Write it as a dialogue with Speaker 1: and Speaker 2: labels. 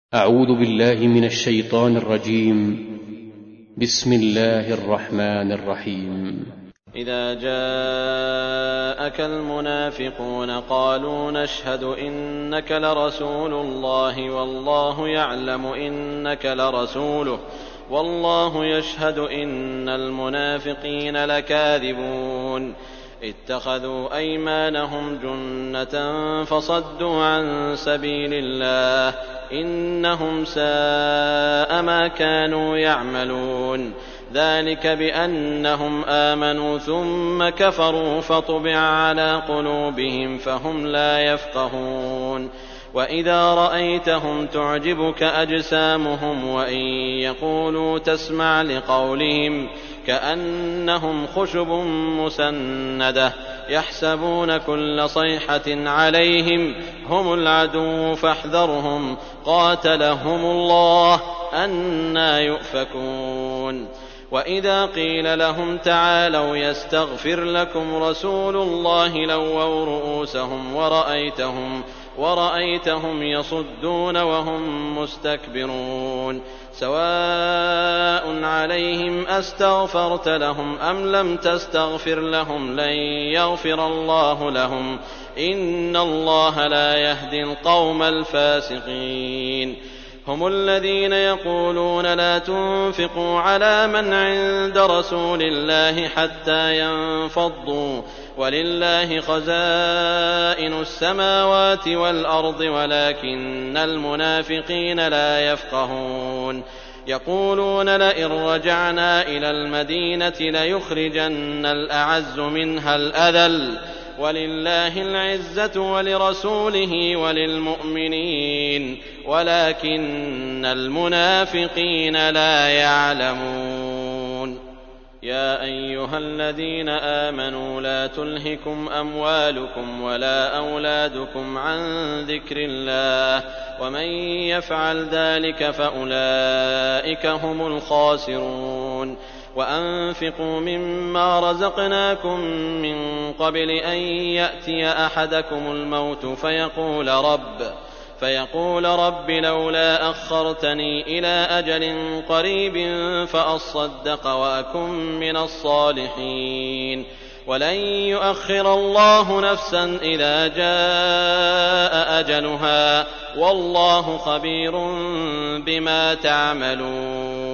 Speaker 1: أعوذ بالله من الشيطان الرجيم. بسم الله الرحمن الرحيم.
Speaker 2: إذا جاءك المنافقون قالوا نشهد إنك لرسول الله والله يعلم إنك لرسوله والله يشهد إن المنافقين لكاذبون اتخذوا أيمانهم جنة فصدوا عن سبيل الله إنهم ساء ما كانوا يعملون ذلك بأنهم آمنوا ثم كفروا فطبع على قلوبهم فهم لا يفقهون وإذا رأيتهم تعجبك أجسامهم وإن يقولوا تسمع لقولهم كأنهم خشب مسندة يحسبون كل صيحة عليهم هم العدو فاحذرهم قاتلهم الله أنى يؤفكون وإذا قيل لهم تعالوا يستغفر لكم رسول الله لووا رؤوسهم ورأيتهم يصدون وهم مستكبرون سواء عليهم أستغفرت لهم أم لم تستغفر لهم لن يغفر الله لهم إن الله لا يهدي القوم الفاسقين هم الذين يقولون لا تنفقوا على من عند رسول الله حتى ينفضوا ولله خزائن السماوات والأرض ولكن المنافقين لا يفقهون يقولون لئن رجعنا إلى المدينة ليخرجن الأعز منها الأذل ولله العزة ولرسوله وللمؤمنين ولكن المنافقين لا يعلمون يا أيها الذين آمنوا لا تلهكم أموالكم ولا أولادكم عن ذكر الله ومن يفعل ذلك فأولئك هم الخاسرون وأنفقوا مما رزقناكم من قبل أن يأتي أحدكم الموت فيقول رب لولا أخرتني إلى أجل قريب فأصدق وأكن من الصالحين ولن يؤخر الله نفسا إذا جاء أجلها والله خبير بما تعملون